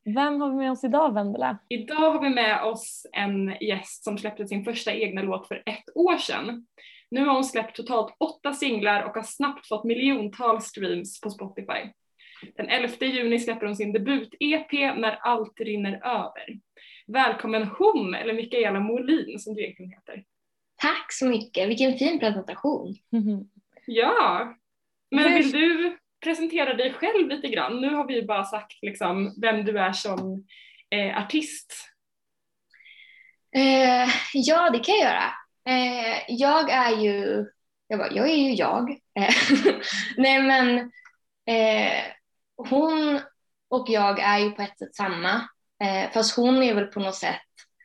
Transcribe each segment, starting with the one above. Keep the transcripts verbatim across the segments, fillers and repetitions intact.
Vem har vi med oss idag, Vendela? Idag har vi med oss en gäst som släppte sin första egna låt för ett år sedan. Nu har hon släppt totalt åtta singlar och har snabbt fått miljontals streams på Spotify. Den elfte juni släpper hon sin debut-E P När allt rinner över. Välkommen Hom, eller Mikaela Molin som du egentligen heter. Tack så mycket, vilken fin presentation. Mm-hmm. Ja, men vill du presentera dig själv lite grann? Nu har vi ju bara sagt liksom vem du är som eh, artist. Eh, ja, det kan jag göra. Eh, jag är ju, jag, bara, jag är ju jag. Eh, Nej men, eh, hon och jag är ju på ett sätt samma. Eh, fast hon är väl på något sätt,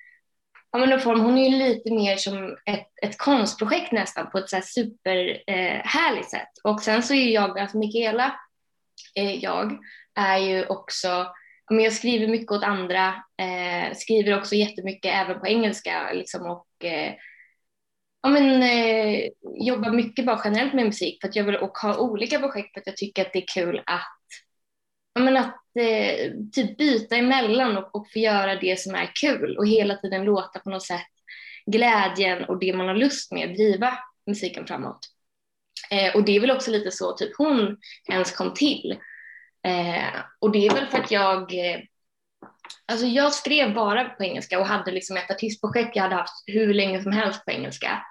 ja men form, hon är ju lite mer som ett, ett konstprojekt nästan på ett så här super eh, härligt sätt. Och sen så är jag, alltså Mikaela, eh, jag är ju också, men jag skriver mycket åt andra, eh, skriver också jättemycket även på engelska liksom, och eh, ja, men, eh, jobbar mycket bara generellt med musik för att jag vill och ha olika projekt för att jag tycker att det är kul att, ja, men att eh, typ byta emellan och, och få göra det som är kul och hela tiden låta på något sätt glädjen och det man har lust med driva musiken framåt. Eh, och det är väl också lite så typ hon ens kom till. Eh, och det är väl för att jag eh, alltså jag skrev bara på engelska och hade liksom ett artistprojekt jag hade haft hur länge som helst på engelska.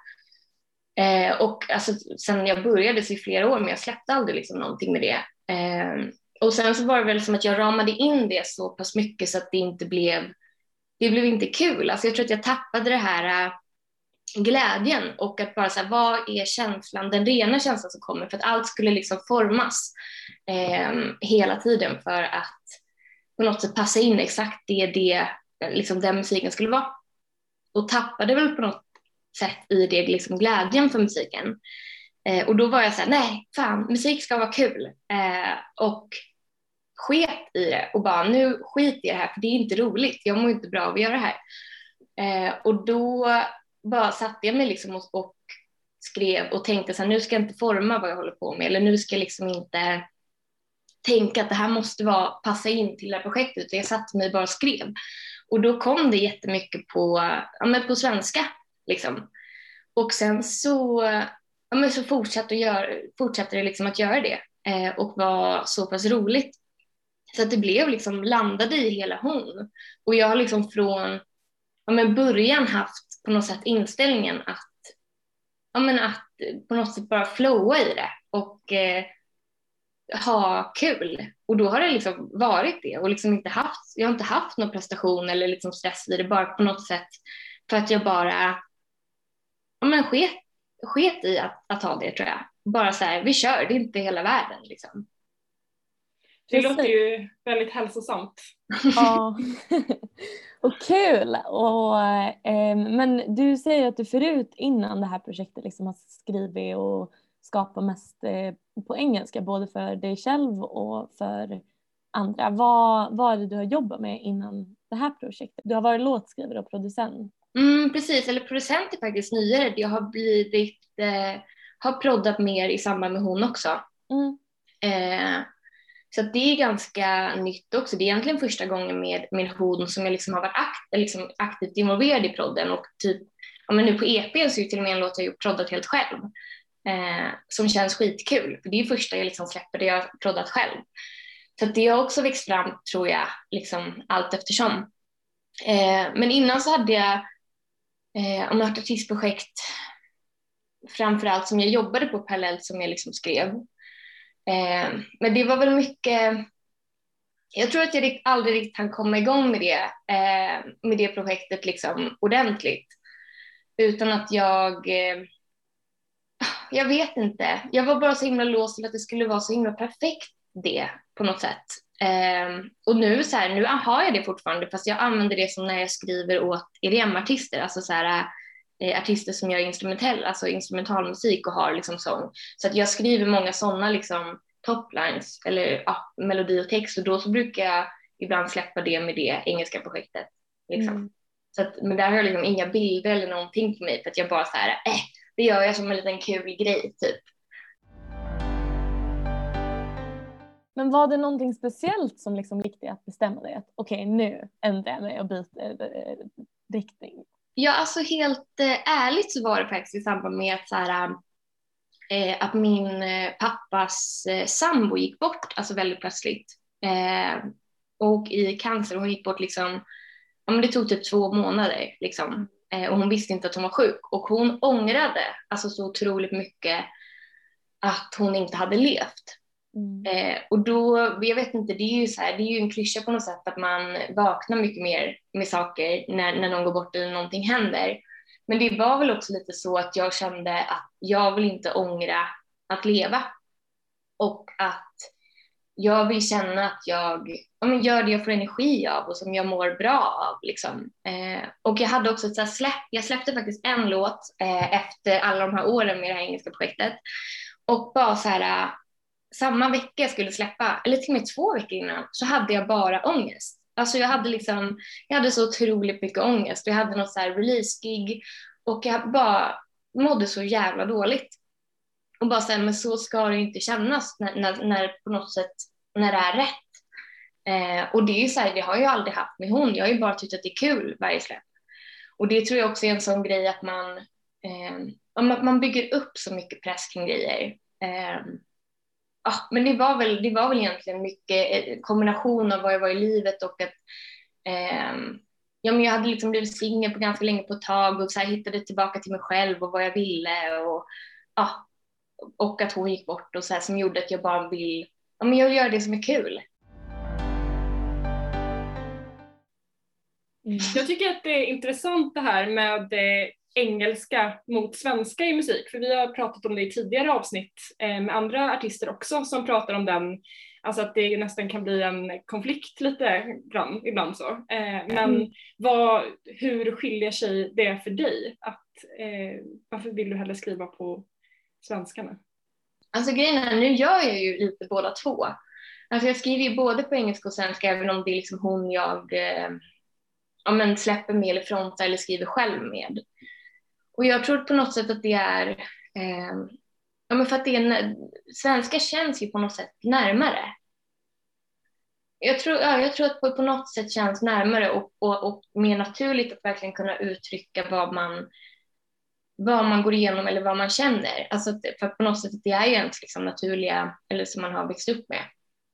Eh, och alltså sen jag började så i flera år men jag släppte aldrig liksom någonting med det. Eh, och sen så var det väl som att jag ramade in det så pass mycket så att det inte blev det blev inte kul. Alltså jag tror att jag tappade det här äh, glädjen och att bara så här, vad är känslan, den rena känslan som kommer för att allt skulle liksom formas eh, hela tiden för att på något sätt passa in exakt det, det liksom den musiken skulle vara. Och tappade väl på något sätt i det liksom glädjen för musiken. Eh, och då var jag så här, nej, fan, musik ska vara kul. Eh, och sket i det och bara, nu skit i det här för det är inte roligt, jag mår inte bra av att göra det här. Eh, och då bara satte jag mig liksom och, och skrev och tänkte så här, nu ska jag inte forma vad jag håller på med eller nu ska jag liksom inte tänka att det här måste vara, passa in till det här projektet, utan jag satte mig bara och skrev. Och då kom det jättemycket på, ja, men på svenska liksom. Och sen så, ja, men så fortsatte, att göra, fortsatte det liksom att göra det eh, och var så pass roligt. Så att det blev liksom, landade i hela hon. Och jag har liksom från ja, men början haft på något sätt inställningen att, ja, men att på något sätt bara flowa i det och eh, ha kul. Och då har det liksom varit det och liksom inte haft, jag har inte haft någon prestation eller liksom stress i det, bara på något sätt för att jag bara ja, men sket, sket i att, att ha det, tror jag. Bara så här, vi kör, det är inte hela världen liksom. Det låter ju väldigt hälsosamt. Ja, och kul. Och, eh, men du säger att du förut innan det här projektet liksom har skrivit och skapat mest eh, på engelska, både för dig själv och för andra. Vad, vad är det du har jobbat med innan det här projektet? Du har varit låtskrivare och producent. Mm, precis, eller producent är faktiskt nyare. Jag har blivit, eh, har proddat mer i samband med hon också. Mm. Eh, Så det är ganska nytt också. Det är egentligen första gången med, med hon som jag liksom har varit akt, liksom aktivt involverad i prodden. Och typ, ja, men nu på E P så är det till och med en låt jag har proddat helt själv. Eh, som känns skitkul. För det är första jag liksom släpper det jag har proddat själv. Så det har också växt fram, tror jag, liksom allt eftersom. Eh, men innan så hade jag eh, om ett artistprojekt framförallt som jag jobbade på parallellt som jag liksom skrev. Eh, men det var väl mycket, jag tror att jag aldrig riktigt hann komma igång med det, eh, med det projektet liksom ordentligt. Utan att jag, eh, jag vet inte, jag var bara så himla låst till att det skulle vara så himla perfekt det på något sätt. Eh, och nu så här, nu har jag det fortfarande, fast jag använder det som när jag skriver åt E D M-artister, alltså så här eh, artister som gör instrumentell, alltså instrumentalmusik och har liksom sång. Så att jag skriver många sådana liksom toplines eller ja, melodi och text, och då så brukar jag ibland släppa det med det engelska projektet liksom. Mm. Så att, men där har jag liksom inga bilder eller någonting på mig, för att jag bara så här, eh, det gör jag som en liten kul grej typ. Men var det någonting speciellt som liksom fick dig att bestämma dig att okej, okay, nu ändrar jag mig och byter eh, riktning? Ja, alltså helt eh, ärligt så var det faktiskt i samband med att, så här, eh, att min eh, pappas eh, sambo gick bort, alltså väldigt plötsligt. Eh, och i cancer, hon gick bort liksom, ja men det tog typ två månader liksom. Eh, och hon visste inte att hon var sjuk. Och hon ångrade alltså så otroligt mycket att hon inte hade levt. Mm. Eh, och då, jag vet inte, det är ju så här, det är ju en klyscha på något sätt att man vaknar mycket mer med saker när, när någon går bort eller någonting händer. Men det var väl också lite så att jag kände att jag vill inte ångra att leva. Och att jag vill känna att jag ja, men gör det jag får energi av och som jag mår bra av. Liksom. Eh, och jag hade också ett så här släpp, jag släppte faktiskt en låt eh, efter alla de här åren med det här engelska projektet. Och bara så här, samma vecka jag skulle släppa, eller till och med två veckor innan, så hade jag bara ångest. Alltså jag hade liksom, jag hade så otroligt mycket ångest. Jag hade något så här release-gig och jag bara mådde så jävla dåligt. Och bara så här, men så ska det inte kännas när, när, när på något sätt, när det är rätt. Eh, och det är ju så här, det har jag aldrig haft med hon. Jag har ju bara tyckt att det är kul varje släpp. Och det tror jag också är en sån grej att man, eh, man bygger upp så mycket press kring grejer. Eh, ja, men det var väl, det var väl egentligen mycket kombination av vad jag var i livet och att eh, ja, men jag hade liksom blivit singel på ganska länge på ett tag och så här hittade tillbaka till mig själv och vad jag ville och ja, och att hon gick bort och så här, som gjorde att jag bara vill, ja men jag gör det som är kul. Mm. Jag tycker att det är intressant det här med eh, engelska mot svenska i musik, för vi har pratat om det i tidigare avsnitt eh, med andra artister också som pratar om den, alltså att det nästan kan bli en konflikt lite grann ibland så. Eh, men mm. vad, hur skiljer sig det för dig? Att, eh, varför vill du hellre skriva på svenska nu? Alltså grejen är, nu gör jag ju lite båda två. Alltså jag skriver ju både på engelska och svenska, även om det är liksom hon jag eh, ja, men släpper med eller frontar eller skriver själv med. Och jag tror på något sätt att det är, eh, ja men för att det är, svenska känns ju på något sätt närmare. Jag tror, ja, jag tror att på, på något sätt känns närmare och, och, och mer naturligt att verkligen kunna uttrycka vad man, vad man går igenom eller vad man känner. Alltså att, för att på något sätt att det är ju ens liksom naturliga, eller som man har växt upp med.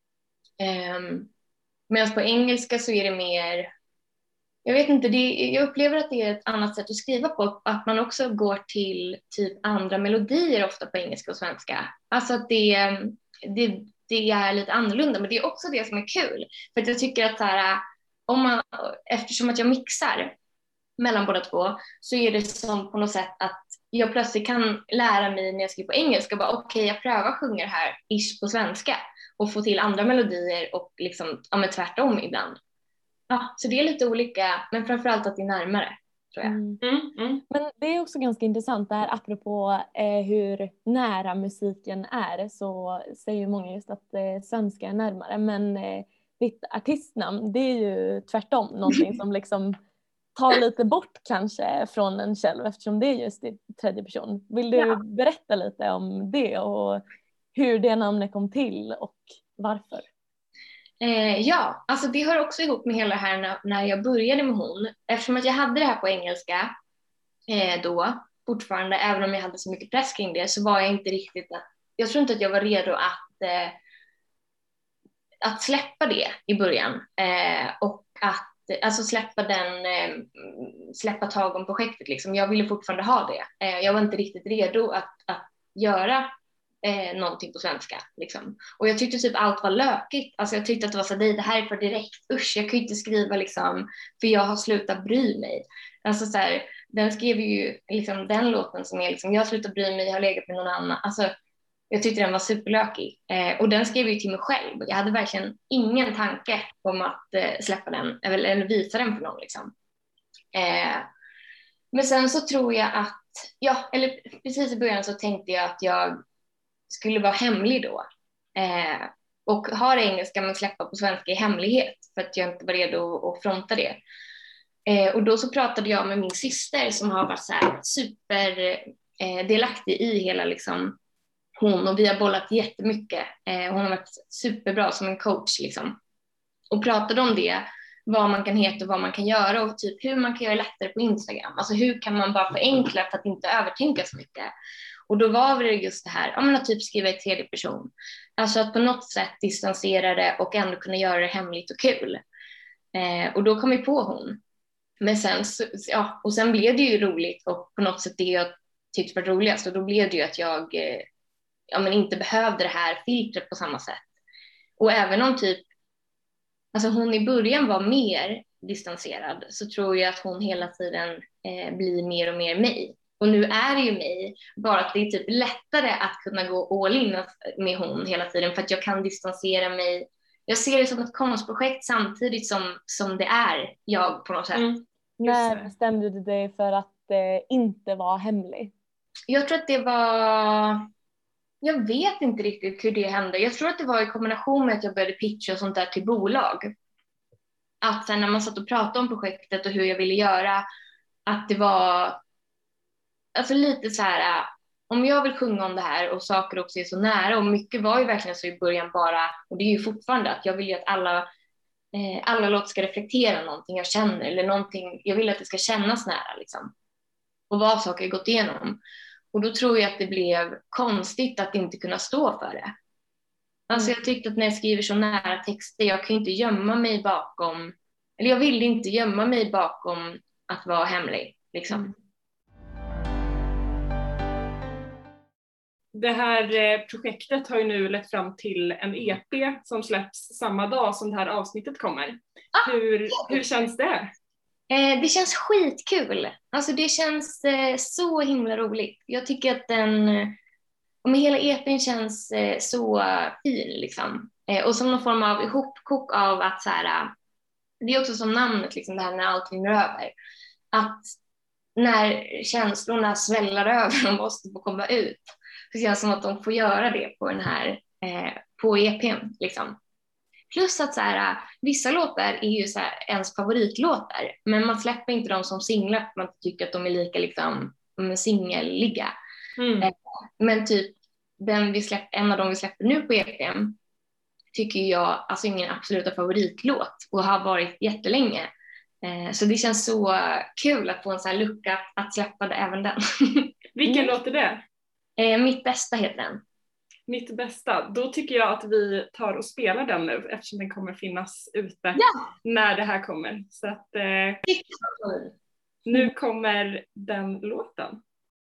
Eh, medan på engelska så är det mer, jag vet inte, det, jag upplever att det är ett annat sätt att skriva på, att man också går till typ andra melodier ofta på engelska och svenska. Alltså att det, det, det är lite annorlunda, men det är också det som är kul. För att jag tycker att så här, om man, eftersom att jag mixar mellan båda två, så är det som på något sätt att jag plötsligt kan lära mig när jag skriver på engelska, bara okej, okay, jag prövar sjunga det här ish på svenska och få till andra melodier och liksom, ja men tvärtom ibland. Ja, så det är lite olika, men framförallt att det är närmare, tror jag. Mm. Mm, mm. Men det är också ganska intressant det här, apropå eh, hur nära musiken är, så säger många just att eh, svenska är närmare, men eh, ditt artistnamn, det är ju tvärtom någonting som liksom tar lite bort kanske från en själv, eftersom det är just i tredje person. Vill du ja. berätta lite om det och hur det namnet kom till och varför? Eh, ja, alltså det hör också ihop med hela det här när, när jag började med hon. Eftersom att jag hade det här på engelska eh, då, fortfarande, även om jag hade så mycket press kring det, så var jag inte riktigt att, jag tror inte att jag var redo att, eh, att släppa det i början. Eh, och att, alltså släppa den, eh, släppa tag om projektet liksom. Jag ville fortfarande ha det. Eh, jag var inte riktigt redo att, att göra Eh, någonting på svenska liksom. Och jag tyckte typ allt var lökigt. Alltså jag tyckte att det var så, det här är för direkt, usch, jag kan ju inte skriva liksom, för jag har slutat bry mig. Alltså så här, den skrev ju liksom den låten som är liksom, jag har slutat bry mig, jag har legat med någon annan. Alltså jag tyckte den var superlökig. Eh, och den skrev ju till mig själv. Jag hade verkligen ingen tanke om att eh, släppa den eller, eller visa den för någon liksom. Eh, men sen så tror jag att, ja, eller precis i början så tänkte jag att jag skulle vara hemlig då. Eh, och ha det engelska men släppa på svenska i hemlighet för att jag inte var redo att fronta det. Eh, och då så pratade jag med min syster som har varit så här super eh, delaktig i hela liksom, hon, och vi har bollat jättemycket. Eh, hon har varit superbra som en coach liksom. Och pratade om det, vad man kan heta och vad man kan göra och typ hur man kan göra lättare på Instagram. Alltså hur kan man bara förenkla för att inte övertänka så mycket. Och då var det just det här, ja men att typ skriva i tredje person. Alltså att på något sätt distansera det och ändå kunna göra det hemligt och kul. Eh, och då kom vi på hon. Men sen, ja, och sen blev det ju roligt och på något sätt det jag tyckte var roligast. Och då blev det ju att jag eh, ja, men inte behövde det här filtret på samma sätt. Och även om typ, alltså hon i början var mer distanserad, så tror jag att hon hela tiden eh, blir mer och mer mig. Och nu är det ju mig, bara att det är typ lättare att kunna gå all in med hon hela tiden för att jag kan distansera mig. Jag ser det som ett konstprojekt samtidigt som, som det är jag på något sätt. Mm. När bestämde du dig för att eh, inte vara hemlig? Jag tror att det var... Jag vet inte riktigt hur det hände. Jag tror att det var i kombination med att jag började pitcha och sånt där till bolag. Att sen när man satt och pratade om projektet och hur jag ville göra, att det var alltså lite så här, om jag vill sjunga om det här och saker också är så nära, och mycket var ju verkligen så i början bara, och det är ju fortfarande att jag vill ju att alla, eh, alla låtar ska reflektera någonting jag känner eller någonting, jag vill att det ska kännas nära liksom. Och vad saker jag gått igenom. Och då tror jag att det blev konstigt att inte kunna stå för det. Alltså jag tyckte att när jag skriver så nära texter, jag kan ju inte gömma mig bakom, eller jag ville inte gömma mig bakom att vara hemlig liksom. Det här projektet har ju nu lett fram till en E P som släpps samma dag som det här avsnittet kommer. Ah, hur, hur känns det? Eh, det känns skitkul. Alltså det känns eh, så himla roligt. Jag tycker att den, men hela E P:n känns eh, så fin liksom. Eh, och som någon form av ihopkok av att så här, det är också som namnet liksom, det här när allting är över. Att när känslorna sväller över och måste få komma ut. Det känns som att de får göra det på den här, eh, på E P:n liksom. Plus att så här, vissa låtar är ju så här, ens favoritlåtar, men man släpper inte dem som singlar för man tycker att de är lika liksom, singelliga. Mm. Eh, men typ den vi släpp, en av dem vi släpper nu på E P:n tycker jag alltså är min absoluta favoritlåt och har varit jättelänge. Eh, så det känns så kul att få en sån här lucka att släppa det, även den. Vilken mm. låt är det? Eh, Mitt bästa heter den. Mitt bästa. Då tycker jag att vi tar och spelar den nu eftersom den kommer finnas ute ja. när det här kommer. Så att eh, nu kommer den låten.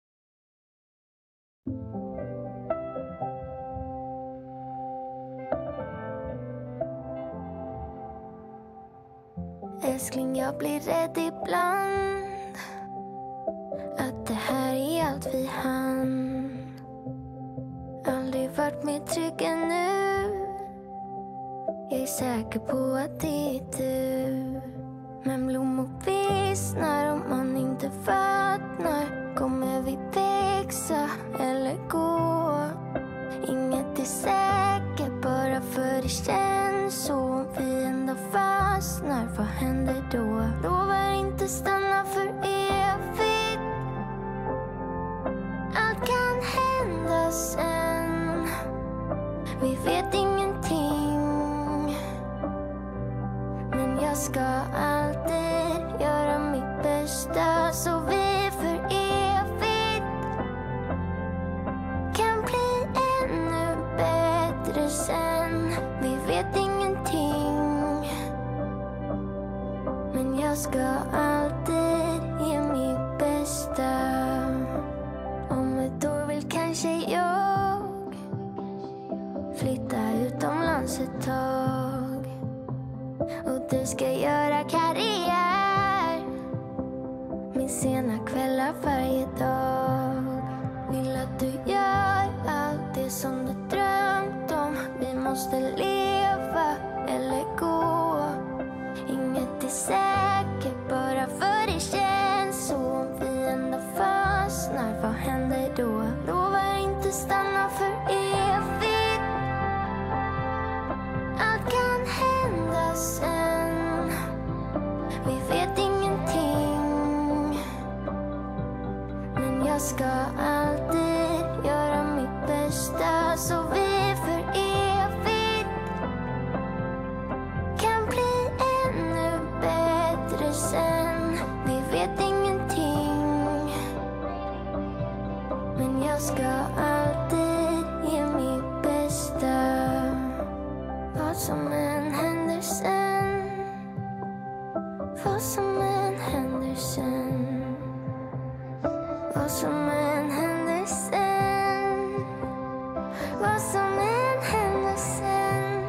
Älskling, jag blir rädd ibland att det här är allt vi hann. Aldrig varit mer trygg än nu. Jag är säker på att det är du. Men blommor vissnar om man inte vattnar. Kommer vi växa eller gå? Inget är säkert bara för det känns så. Om vi ändå fastnar, vad händer då? Lovar inte stanna för evigt. Allt kan hända sen. Vi vet ingenting. Men jag ska alltid göra mitt bästa så vi för evigt kan bli ännu bättre sen. Vi vet ingenting. Men jag ska alltid ge mitt bästa. Om ett år vill kanske jag flytta utomlands ett tag. Och du ska göra karriär med sena kvällar varje dag. Vill att du gör allt det som du drömt om. Vi måste leva eller gå. Inget är säkert bara för det känns så. Om vi ändå fastnar, vad händer då? Lovar inte stanna för evigt. Allt kan hända sen. Vi vet ingenting. Men jag ska alltid göra mitt bästa vad som än händer sen.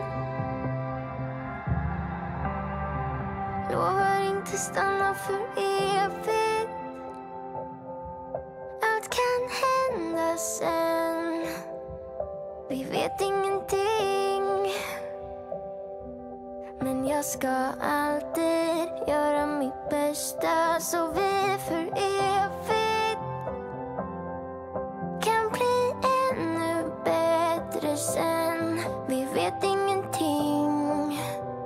Lovar inte stanna för evigt. Allt kan hända sen. Vi vet ingenting. Men jag ska alltid göra mitt bästa, så vi för evigt kan bli ännu bättre sen. Vi vet ingenting.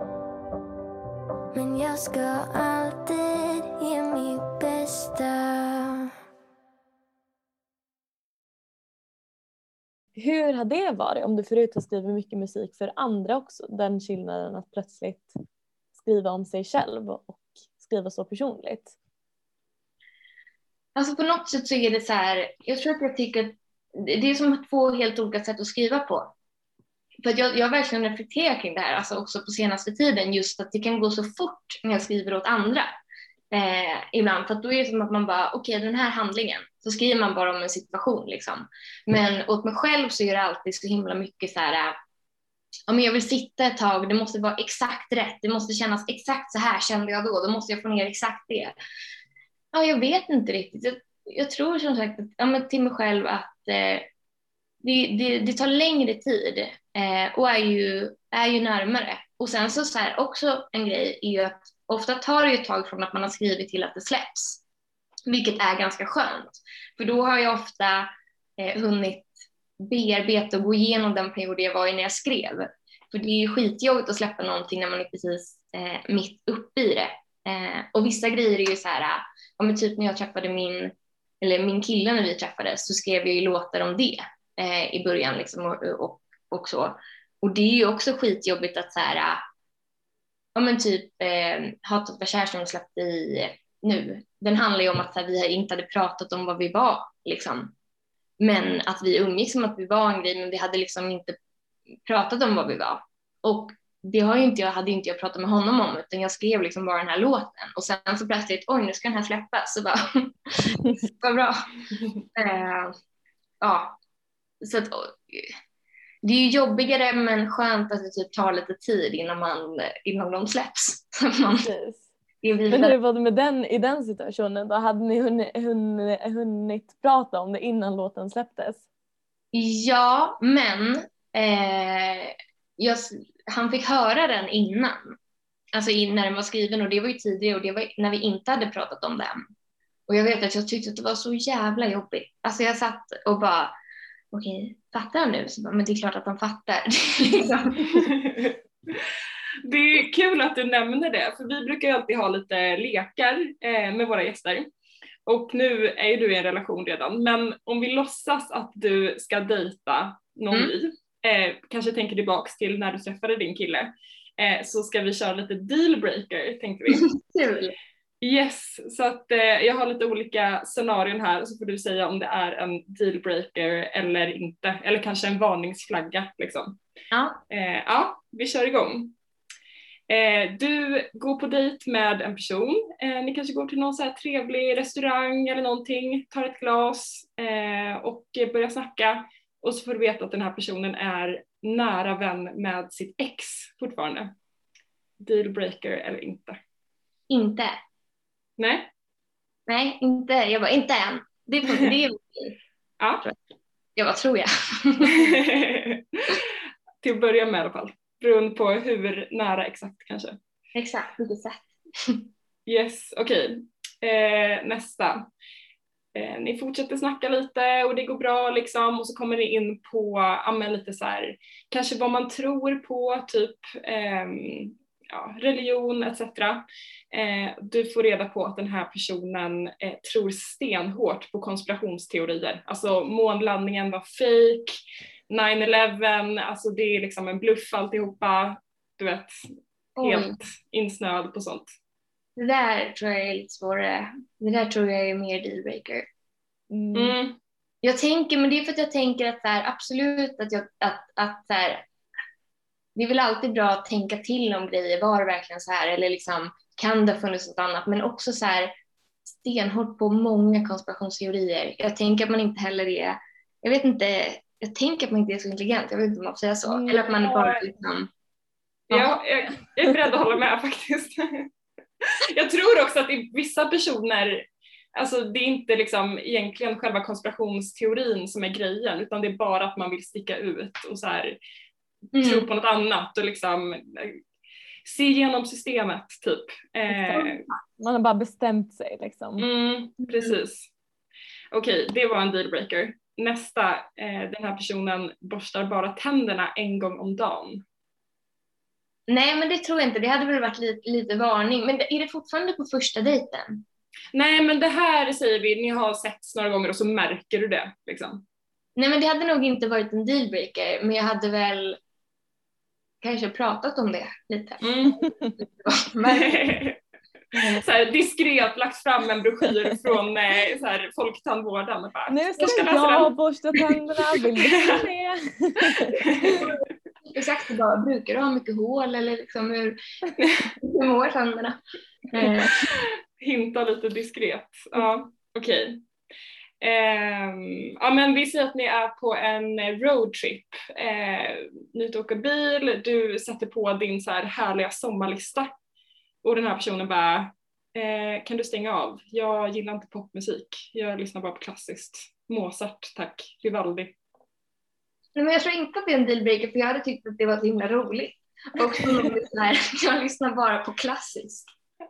Men jag ska alltid ge mitt bästa. Hur har det varit om du förut har skrivit mycket musik för andra också? Den skillnaden att plötsligt skriva om sig själv och skriva så personligt. Alltså på något sätt så är det så här, jag tror att jag tycker att det är som två helt olika sätt att skriva på. För att jag, jag verkligen reflekterar kring det här, alltså också på senaste tiden, just att det kan gå så fort när jag skriver åt andra. Eh, ibland, för att då är det som att man bara, okej, okay, den här handlingen, så skriver man bara om en situation liksom. Men åt mig själv så är det alltid så himla mycket så här, ja, men jag vill sitta ett tag, det måste vara exakt rätt, det måste kännas exakt så här kände jag då, då måste jag få ner exakt det. Ja, jag vet inte riktigt. Jag, jag tror som sagt att, ja, men till mig själv att eh, det, det, det tar längre tid eh, och är ju, är ju närmare. Och sen så, så här, också en grej är ju att ofta tar det ju ett tag från att man har skrivit till att det släpps. Vilket är ganska skönt. För då har jag ofta eh, hunnit bearbeta och gå igenom den perioden jag var i när jag skrev. För det är ju skitjobbigt att släppa någonting när man är precis eh, mitt uppe i det. Eh, och vissa grejer är ju så här, ja, men typ när jag träffade min, eller min kille när vi träffades, så skrev jag ju låtar om det eh, i början liksom, och, och, och så. Och det är ju också skitjobbigt att så här, ja men typ eh, Hatet var kär som jag släppte i nu. Den handlar ju om att så här, vi inte hade pratat om vad vi var liksom. Men att vi umgicks som att vi var en grej, men vi hade liksom inte pratat om vad vi var. Och det har ju inte jag, hade inte jag pratat med honom om, utan jag skrev liksom bara den här låten. Och sen så plötsligt, oj nu ska den här släppas. Så bara, vad bra. Uh, ja, så att, det är ju jobbigare men skönt att det typ tar lite tid innan, man, innan de släpps. man, Men hur var det med den, i den situationen då? Hade ni hunnit, hunnit, hunnit prata om det innan låten släpptes? Ja, men eh, jag, han fick höra den innan. Alltså när den var skriven, och det var ju tidigare, och det var när vi inte hade pratat om den. Och jag vet att jag tyckte att det var så jävla jobbigt. Alltså jag satt och bara, okej, okay, fattar han nu? Så bara, men det är klart att han fattar. Det är kul att du nämner det, för vi brukar ju alltid ha lite lekar eh, med våra gäster. Och nu är ju du i en relation redan, men om vi låtsas att du ska dejta någon mm. ny, eh, kanske tänker tillbaks till när du träffade din kille, eh, så ska vi köra lite dealbreaker, tänkte vi. Kul! Yes, så att eh, jag har lite olika scenarion här, så får du säga om det är en dealbreaker eller inte, eller kanske en varningsflagga liksom. Ja, eh, ja vi kör igång. Eh, du går på dejt med en person, eh, ni kanske går till någon så här trevlig restaurang eller någonting, tar ett glas eh, och börjar snacka, och så får du veta att den här personen är nära vän med sitt ex fortfarande. Dealbreaker eller inte? Inte. Nej? Nej, inte. Jag bara, inte än. Det är det. Är ja. Jag bara, tror jag. Till att börja med i alla fall. Beroende på hur nära exakt kanske. Exakt, vilket sätt. Yes, okej. Okay. Eh, nästa. Eh, ni fortsätter snacka lite och det går bra liksom, och så kommer ni in på ja, men lite så här, kanske vad man tror på, typ eh, ja, religion et cetera. Eh, du får reda på att den här personen eh, tror stenhårt på konspirationsteorier. Alltså månlandningen var fake, nine eleven, alltså det är liksom en bluff alltihopa, du vet, helt Oj. insnöad på sånt. Det där tror jag är lite svårare. Det där tror jag är mer dealbreaker. Mm. Mm. Jag tänker, men det är för att jag tänker att så här, absolut att jag, att, att så här, det är väl alltid bra att tänka till om grejer, var det verkligen så här, eller liksom, kan det ha funnits något annat, men också så här, stenhårt på många konspirationsteorier. Jag tänker att man inte heller är, jag vet inte, jag tänker att man inte är så intelligent, jag vet inte om man får säga så. Mm. Eller att man är bara liksom... Ja, jag, jag är beredd att hålla med faktiskt. Jag tror också att i vissa personer, alltså det är inte liksom egentligen själva konspirationsteorin som är grejen, utan det är bara att man vill sticka ut och så här, Mm. tro på något annat och liksom se igenom systemet typ. Eh, Man har bara bestämt sig liksom. mm, precis. Okej, det var en dealbreaker. Nästa, eh, den här personen borstar bara tänderna en gång om dagen. Nej, men det tror jag inte. Det hade väl varit lite, lite varning. Men är det fortfarande på första dejten? Nej, men det här säger vi, ni har setts några gånger och så märker du det liksom. Nej, men det hade nog inte varit en dealbreaker. Men jag hade väl kanske pratat om det lite. Mm. Men, Så här, diskret lagt fram en broschyr från eh, så här, folktandvården. Och bara, Nu jag ska ska läsa jag den. borsta tänderna, vill du vara med? exakt, det bara, brukar du ha mycket hål eller liksom hur, hur mår tänderna? Eh, Hinta lite diskret. Ja, okej. Ehm, ja, men vi säger att ni är på en roadtrip. Eh, ni är ute och åker bil, du sätter på din så här härliga sommarlista. Och den här personen bara, eh, kan du stänga av? Jag gillar inte popmusik. Jag lyssnar bara på klassiskt. Mozart, tack. Vivaldi. Nej, men jag tror inte att det är en dealbreaker, för jag hade tyckt att det var så himla roligt. Och så här, jag lyssnar bara på klassiskt.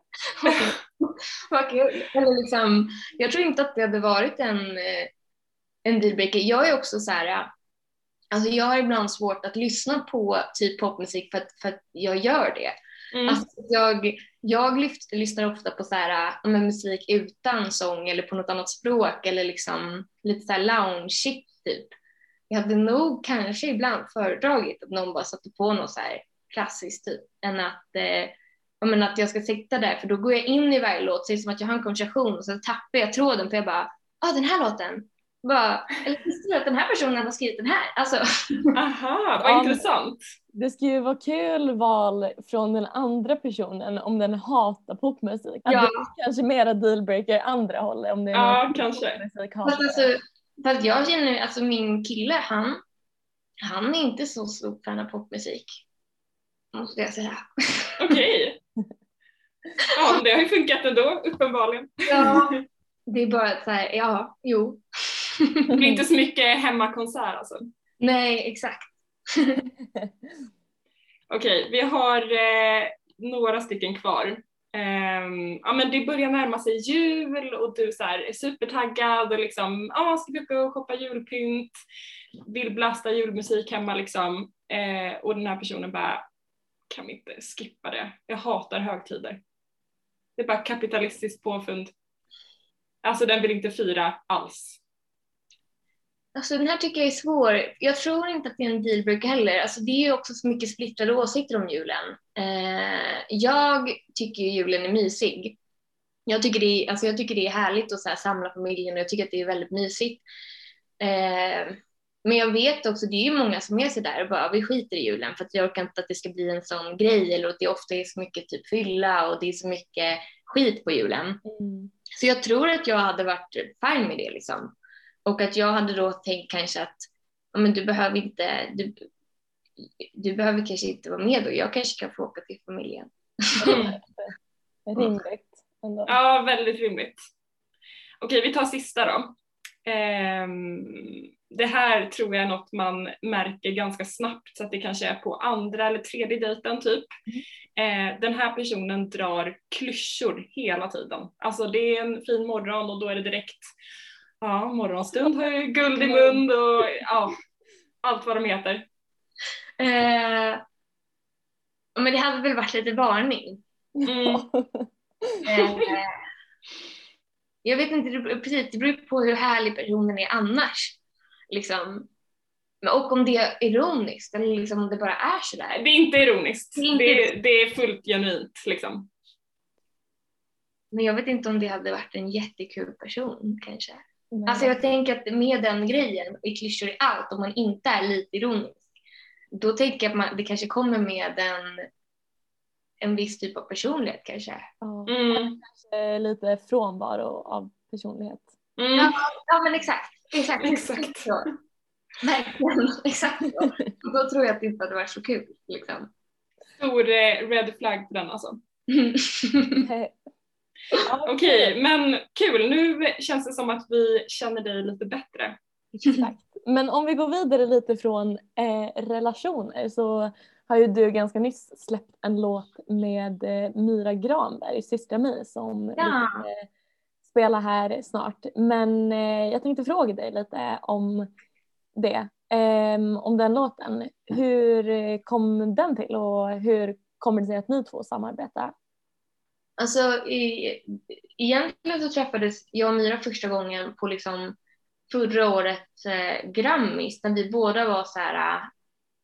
Vad kul. Eller liksom, jag tror inte att det hade varit en, eh, en dealbreaker. Jag är också så här, alltså jag har ibland svårt att lyssna på typ popmusik för att, för att jag gör det. Mm. Alltså jag, jag lyft, lyssnar ofta på så här, med musik utan sång eller på något annat språk eller liksom lite så här lounge typ. Jag hade nog kanske ibland föredragit att någon bara satte på något så här klassiskt typ, än att, eh, jag menar, att jag ska sitta där, för då går jag in i varje låt, så det är som att jag har en konversation och så tappar jag tråden, för jag bara, ah den här låten, bara, eller visste du att den här personen har skrivit den här? Alltså. Aha, vad Ja, intressant. Det ska ju vara kul val från den andra personen om den hatar popmusik. Att Ja. det är kanske mera dealbreaker andra hållet om det är Ja, någon kanske. popmusik Fast, hatar. alltså, fast jag känner, alltså min kille, han, han är inte så stor fan av popmusik, måste jag säga. Okej. Ja, det har ju funkat ändå, uppenbarligen. Ja, det är bara så här, ja, jo. Det blir inte så mycket hemmakonsert alltså. Nej, exakt. Okej, vi har eh, några stycken kvar. Um, ja, men det börjar närma sig jul och du så här, är supertaggad och liksom, ja, ska vi åka och shoppa julpynt, vill blasta julmusik hemma liksom. Eh, och den här personen bara, kan vi inte skippa det? Jag hatar högtider. Det är bara kapitalistiskt påfund. Alltså den vill inte fira alls. Alltså den här tycker jag är svår. Jag tror inte att det är en dealbreaker heller. Alltså det är ju också så mycket splittrade åsikter om julen. Eh, jag tycker ju julen är mysig. Jag tycker det är, alltså jag tycker det är härligt att så här samla familjen och jag tycker att det är väldigt mysigt. Eh, men jag vet också, det är ju många som är så där och bara, vi skiter i julen för att jag orkar inte att det ska bli en sån grej, eller att det ofta är så mycket typ fylla och det är så mycket skit på julen. Mm. Så jag tror att jag hade varit fine med det liksom. Och att jag hade då tänkt kanske att ja, men du behöver inte, du, du behöver kanske inte vara med då. Jag kanske kan få åka till familjen. Mm. Rimligt ändå. Ja, väldigt rimligt. Okej, vi tar sista då. Um, det här tror jag är något man märker ganska snabbt, så att det kanske är på andra eller tredje dejten typ. Uh, den här personen drar klyschor hela tiden. Alltså det är en fin morgon och då är det direkt, ja, morgonstund har ju guld i mun och ja, allt vad de heter. Uh, men det hade väl varit lite varning. Mm. Uh, jag vet inte, det, precis, det beror på hur härlig personen är annars. Liksom. Och om det är ironiskt eller liksom om det bara är sådär. Det är inte ironiskt, Det är, inte... det är, det är fullt genuint liksom. Men jag vet inte om det hade varit en jättekul person kanske. Nej. Alltså jag tänker att med den grejen, i klyschor i allt, om man inte är lite ironisk, då tänker jag att man, det kanske kommer med en, en viss typ av personlighet kanske. Ja. Mm. Kanske lite frånvaro av personlighet. Mm. Ja, ja men exakt. Exakt. Exakt. Så. Verkligen, exakt så. Och då tror jag att det inte hade varit så kul. Liksom. Stor eh, red flag på den alltså. Ja, Okej, men kul. Nu känns det som att vi känner dig lite bättre. exakt. Men om vi går vidare lite från eh, relationer så har ju du ganska nyss släppt en låt med eh, Myra Granberg, Systra My, som Ja. vi kommer eh, spela här snart. Men eh, jag tänkte fråga dig lite om det, eh, om den låten. Hur eh, kom den till och hur kommer det sig att ni två samarbetar? Alltså i, egentligen så träffades jag och Myra första gången på liksom förra årets eh, Grammis, när vi båda var så här uh,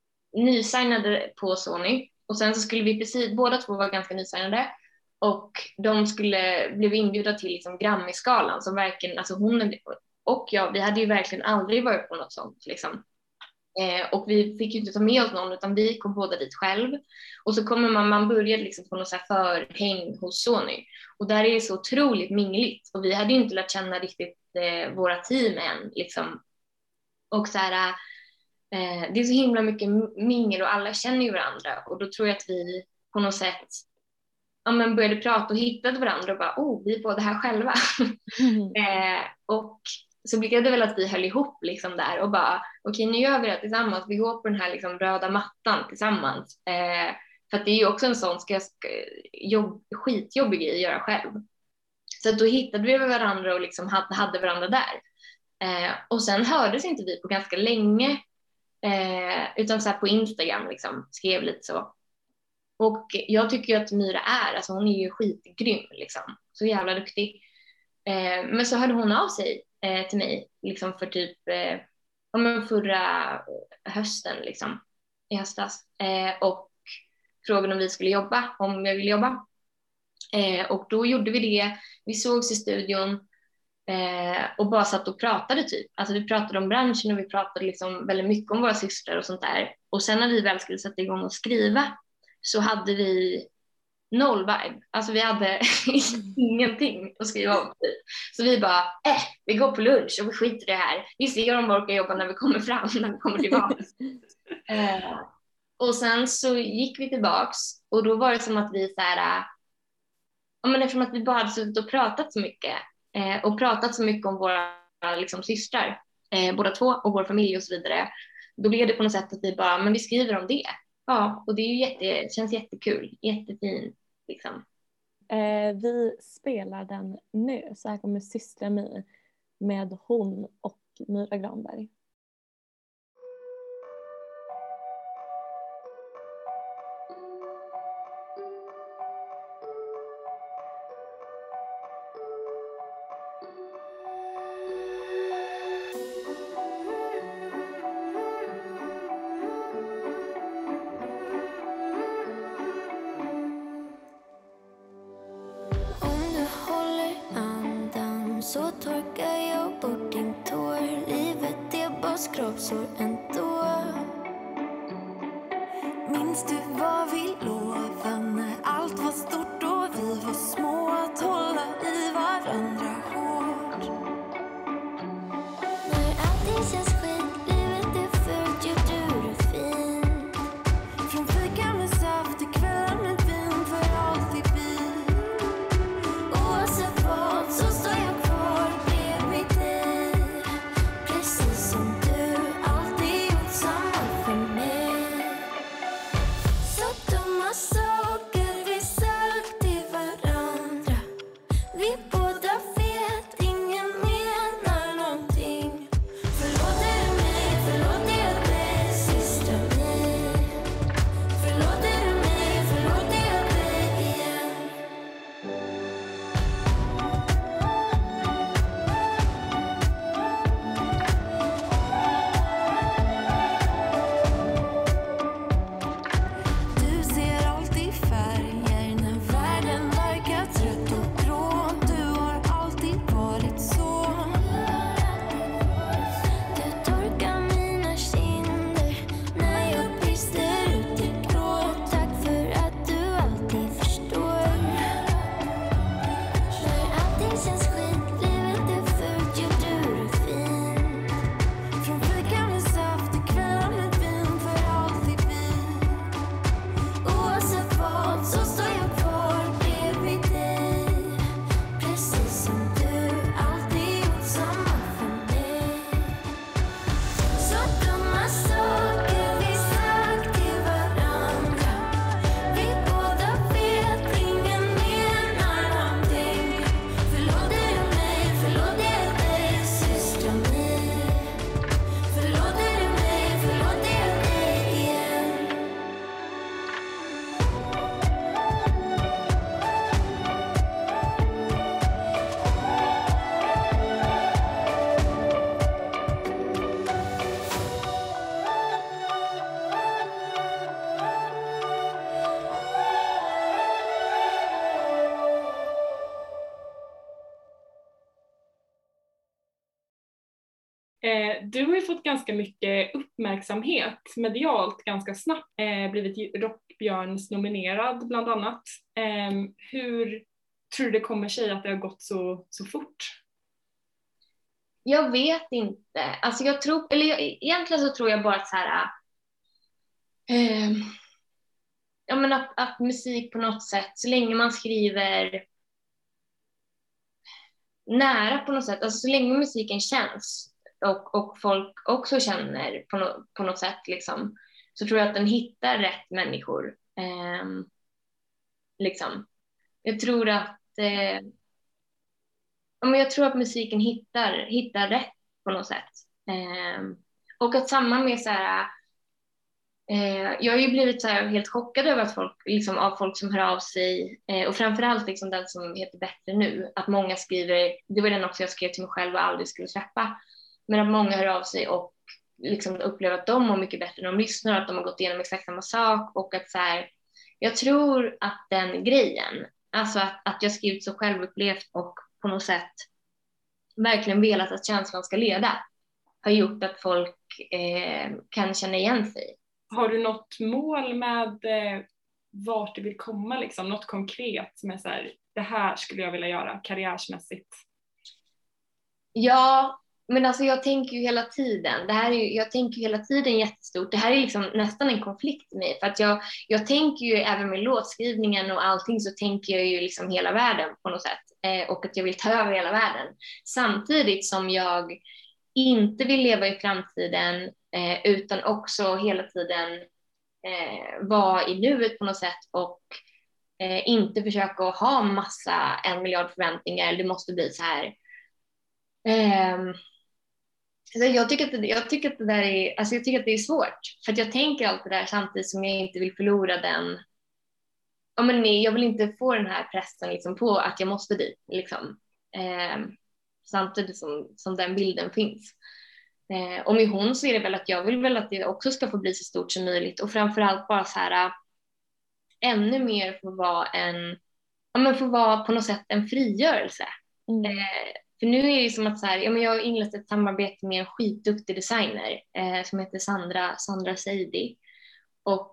nysignade på Sony, och sen så skulle vi precis, båda två var ganska nysignade, och de skulle blev inbjudna till liksom Grammy-skalan som verkligen, alltså hon och jag, vi hade ju verkligen aldrig varit på något sånt liksom. Eh, och vi fick ju inte ta med oss någon, utan vi kom båda dit själv. Och så kommer man, man började liksom på något så här förhäng hos Sony. Och där är det så otroligt mingligt. Och vi hade ju inte lärt känna riktigt eh, våra team än. Liksom. Och så här, eh, det är så himla mycket mingel och alla känner ju varandra. Och då tror jag att vi på något sätt ja, men började prata och hittade varandra och bara, oh, vi är båda här själva. Mm. eh, och så blev det väl att vi höll ihop liksom där och bara, okej, nu gör vi det tillsammans. Vi går på den här liksom röda mattan tillsammans. Eh, för att det är ju också en sån ska jag, ska, jobb, skitjobbig grej att göra själv. Så då hittade vi varandra och liksom hade, hade varandra där. Eh, och sen hördes inte vi på ganska länge. Eh, utan så här på Instagram liksom, skrev lite så. Och jag tycker ju att Myra är, alltså hon är ju skitgrym liksom. Så jävla duktig. Eh, men så hörde hon av sig eh, till mig liksom för typ eh, om förra hösten liksom, i höstas. Eh, och frågade om vi skulle jobba, om jag ville jobba. Eh, och då gjorde vi det. Vi sågs i studion eh, och bara satt och pratade typ. Alltså vi pratade om branschen och vi pratade liksom väldigt mycket om våra systrar och sånt där. Och sen när vi väl skulle sätta igång och skriva så hade vi noll vibe. Alltså vi hade ingenting att skriva om. Så vi bara, eh, vi går på lunch och vi skiter i det här. Vi ser om vi orkar jobba när vi kommer fram, när vi kommer tillbaka. eh, och sen så gick vi tillbaks och då var det som att vi så här, ja, men eftersom att vi bara hade suttit och pratat så mycket eh, och pratat så mycket om våra liksom, systrar, eh, båda två och vår familj och så vidare. Då blev det på något sätt att vi bara, men vi skriver om det. Ja, och det är ju jätte, känns jättekul, jättefint liksom. Eh, vi spelar den nu, så här kommer Systra My med hon och Myra Granberg. Så torkar jag bort din tår. Livet är bara skrapsår ändå. Minns du vad vi lovade när allt var stort och vi var små? Att hålla i varandra hårt. När allting känns skit, livet är fult, gör du det fint. Från fika med saft till kvällar med vin, för alltid vi. Oavsett vad så står jag Eh, du har ju fått ganska mycket uppmärksamhet medialt ganska snabbt, eh, blivit Rockbjörns nominerad bland annat. Eh, hur tror du det kommer sig att det har gått så, så fort? Jag vet inte. Alltså jag tror, eller jag, egentligen så tror jag bara att så här, eh, ja, men att, att musik på något sätt, så länge man skriver nära på något sätt, alltså så länge musiken känns och, och folk också känner på, no, på något sätt liksom, så tror jag att den hittar rätt människor. Eh, liksom. Jag tror att eh, ja, men jag tror att musiken hittar, hittar rätt på något sätt. Eh, och att samma med så här, eh, jag har ju blivit så här helt chockad över att folk, liksom, av folk som hör av sig, eh, och framförallt liksom den som heter Bättre nu, att många skriver, det var den också jag skrev till mig själv och aldrig skulle släppa, men att många hör av sig och liksom upplever att de mår mycket bättre när de lyssnar, att de har gått igenom exakt samma sak, och att så här, jag tror att den grejen, alltså att, att jag skrivit så självupplevt och på något sätt verkligen velat att känslan ska leda, har gjort att folk eh, kan känna igen sig. Har du något mål med eh, vart du vill komma, liksom? Något konkret som är så här, det här skulle jag vilja göra karriärsmässigt? Ja, men alltså jag tänker ju hela tiden, det här är ju, jag tänker ju hela tiden jättestort. Det här är liksom nästan en konflikt i mig, för att jag, jag tänker ju även med låtskrivningen och allting, så tänker jag ju liksom hela världen på något sätt, eh, och att jag vill ta över hela världen. Samtidigt som jag inte vill leva i framtiden, eh, utan också hela tiden eh, vara i nuet på något sätt, och eh, inte försöka ha massa en miljard förväntningar, det måste bli så här. Eh, Jag tycker, att det, jag, tycker att det där är, alltså jag tycker att det är svårt, för att jag tänker allt det där samtidigt som jag inte vill förlora den, ja, men nej, jag vill inte få den här pressen liksom på att jag måste dit liksom. eh, samtidigt som, som den bilden finns, eh, och med hon så är det väl att jag vill väl att det också ska få bli så stort som möjligt, och framförallt bara så här ännu mer få vara en, ja, men få vara på något sätt en frigörelse. mm. eh, För nu är det som att så här, ja, men jag har inlett ett samarbete med en skitduktig designer eh, som heter Sandra, Sandra Seidi. Och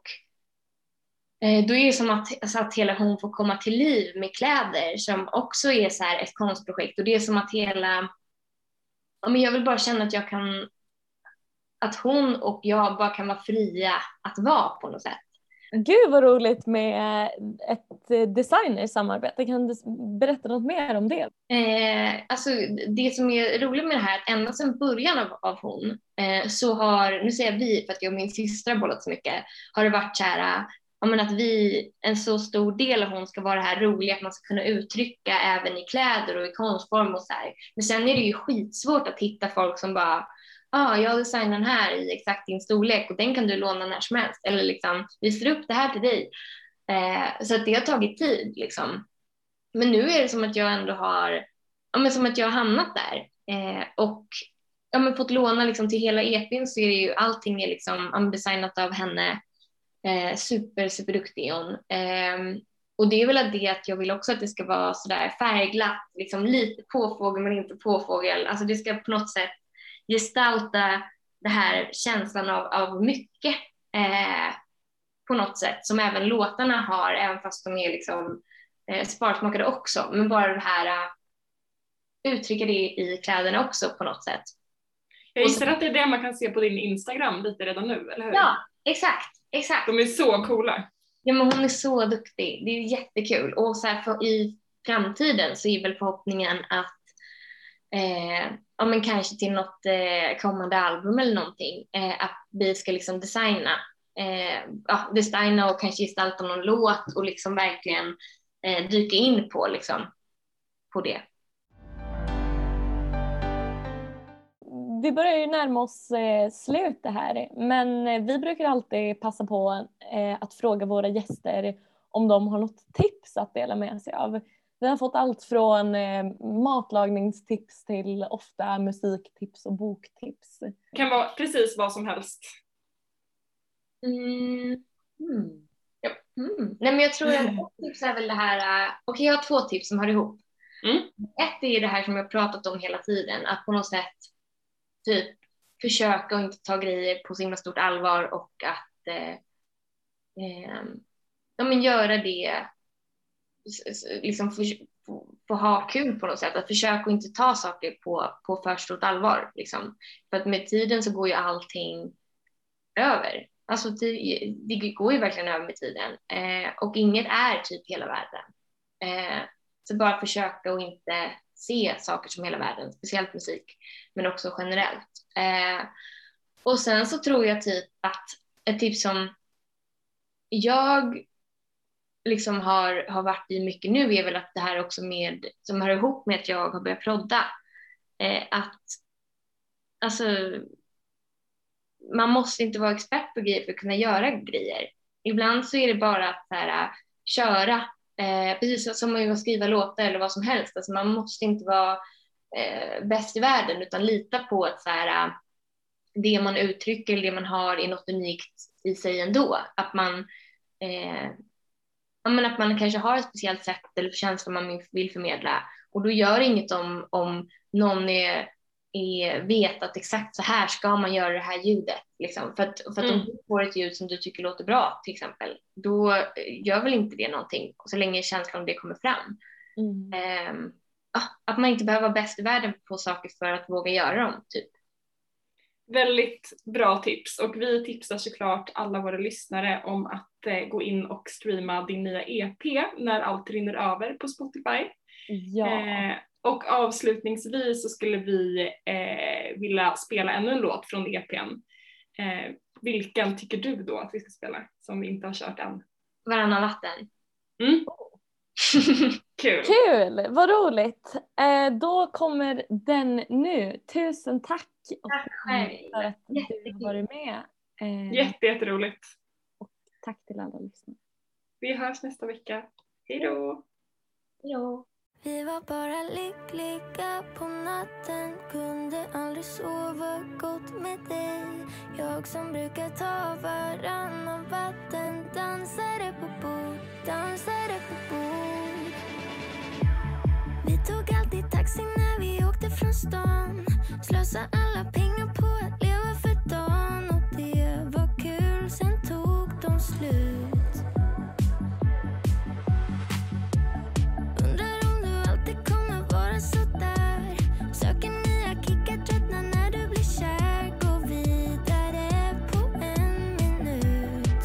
eh, då är det som att, alltså att hela hon får komma till liv med kläder som också är så här ett konstprojekt. Och det är som att hela, ja, men jag vill bara känna att jag kan, att hon och jag bara kan vara fria att vara på något sätt. Gud vad roligt med ett designersamarbete. Kan du berätta något mer om det? Eh, alltså det som är roligt med det här, att ända sedan början av, av hon, eh, så har, nu säger jag vi för att jag och min syster har bollat så mycket, har det varit så här, ja, men att vi, en så stor del av hon ska vara det här roliga, att man ska kunna uttrycka även i kläder och i konstform och så här. Men sen är det ju skitsvårt att hitta folk som bara, ja, ah, jag designar den här i exakt din storlek och den kan du låna när som helst, eller liksom, vi ser upp det här till dig. Eh, så att det har tagit tid liksom. Men nu är det som att jag ändå har, ja, men som att jag har hamnat där, eh, och ja, men fått låna liksom till hela E P:n, så är det ju, allting är liksom designat av henne, eh, super, super duktig hon. Eh, och det är väl det att jag vill också att det ska vara sådär färgglatt, liksom lite påfågel men inte påfågel, alltså det ska på något sätt gestalta det här känslan av, av mycket, eh, på något sätt, som även låtarna har, även fast de är liksom eh, sparsmakade också, men bara det här uh, uttrycka det i kläderna också på något sätt. Jag gissar att det är det man kan se på din Instagram lite redan nu, eller hur? Ja, exakt, exakt. De är så coola. Ja, men hon är så duktig, det är jättekul, och så här, för i framtiden så är väl förhoppningen att eh, ja, men kanske till något eh, kommande album eller någonting, eh, att vi ska liksom designa eh, ja, designa och kanske gestalta någon låt och liksom verkligen eh, dyka in på liksom på det. Vi börjar ju närma oss eh, slutet här, men eh, vi brukar alltid passa på eh, att fråga våra gäster om de har något tips att dela med sig av. Vi har fått allt från eh, matlagningstips till ofta musiktips och boktips. Det kan vara precis vad som helst. Mm. Mm. Ja. Mm. Nej, men jag tror att ett tips är väl det här, och okay, jag har två tips som hör ihop. Mm. Ett är det här som jag pratat om hela tiden, att på något sätt typ försöka och inte ta grejer på så himla stort allvar och att eh, eh, ja, men göra det liksom få, få, få ha kul på något sätt, att försöka och inte ta saker på, på för stort allvar liksom. För att med tiden så går ju allting över, alltså det, det går ju verkligen över med tiden eh, och inget är typ hela världen, eh, så bara försöka och inte se saker som hela världen, speciellt musik men också generellt. Eh, och sen så tror jag typ att ett tips som jag liksom har, har varit i mycket nu är väl att det här också med, som hör ihop med att jag har börjat prodda, eh, att alltså man måste inte vara expert på grejer för att kunna göra grejer. Ibland så är det bara att så här, köra, eh, precis som att skriva låtar eller vad som helst. Alltså man måste inte vara eh, bäst i världen utan lita på att så här, det man uttrycker eller det man har är något unikt i sig ändå. Att man, eh, ja, men att man kanske har ett speciellt sätt eller känsla man vill förmedla. Och då gör det inget om, om någon är Är, vet att exakt så här ska man göra det här ljudet. Liksom. För att, för att mm. om du får ett ljud som du tycker låter bra till exempel, då gör väl inte det någonting så länge känslan om det kommer fram. Mm. Um, att man inte behöver vara bäst i världen på saker för att våga göra dem. Typ. Väldigt bra tips, och vi tipsar såklart alla våra lyssnare om att eh, gå in och streama din nya E P när allt rinner över på Spotify. Ja. Eh, Och avslutningsvis så skulle vi eh, vilja spela ännu en låt från E P:n. Eh, vilken tycker du då att vi ska spela som vi inte har kört än? Varannan vatten. Mm. Kul. Kul, vad roligt. Eh, då kommer den nu. Tusen tack. Tack själv. För att du har varit med. Eh, Jätte, jätteroligt. Och tack till alla lyssnare. Vi hörs nästa vecka. Hej då. Hej då. Vi var bara lyckliga på natten, kunde aldrig sova gott med dig. Jag som brukar ta varannan vatten, dansade på bord, dansade på bord. Vi tog alltid taxi när vi åkte från stan, slösa alla pengar på att leva för dagen. Och det var kul, sen tog de slut. Söker nya kickar, tröttnar när du blir kär. Gå vidare på en minut.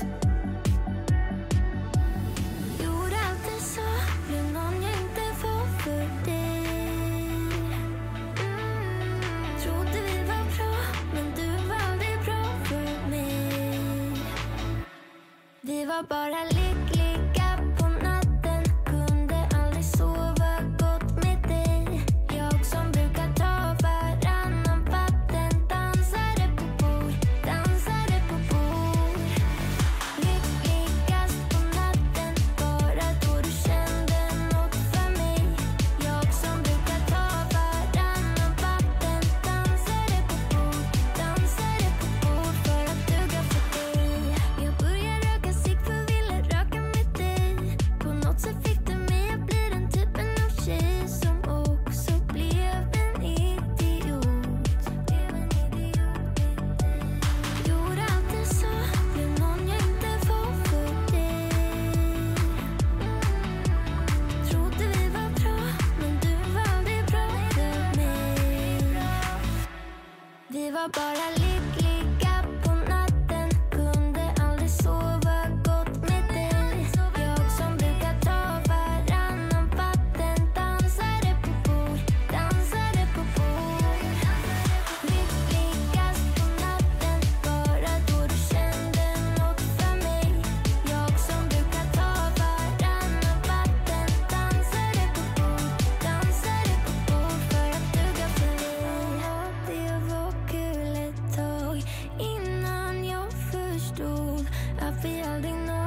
Gjorde alltid så, blev någon jag inte var för dig. mm. Trodde vi var bra, men du var aldrig bra för mig. Vi var bara lyckliga på natten, kunde aldrig sova gott med dig. Jag som brukar ta varannan vatten, dansade på bord, dansade på bord. Lyckligast på natten, bara då du kände något för mig. Jag som brukar ta varannan vatten, dansade på bord, dansade på bord för att duga för dig. Jag började röka cigg för ville röka med dig. På något sätt fick du mig att bli den typen av tjej som också blev en idiot. Gjorde alltid så, blev någon jag inte var för dig. Trodde vi var bra, men du var aldrig bra för mig. Vi var bara lyckliga på natten, kunde aldrig sova gott med dig. Jag som brukar ta varannan vatten, dansade på bord, dansade på bord. Lyckligast på natten, bara då du kände något för mig. Jag som brukar ta varannan vatten, dansade på bord, dansade på bord för att duga för dig. Det var kul ett tag innan jag förstod att vi aldrig någonsin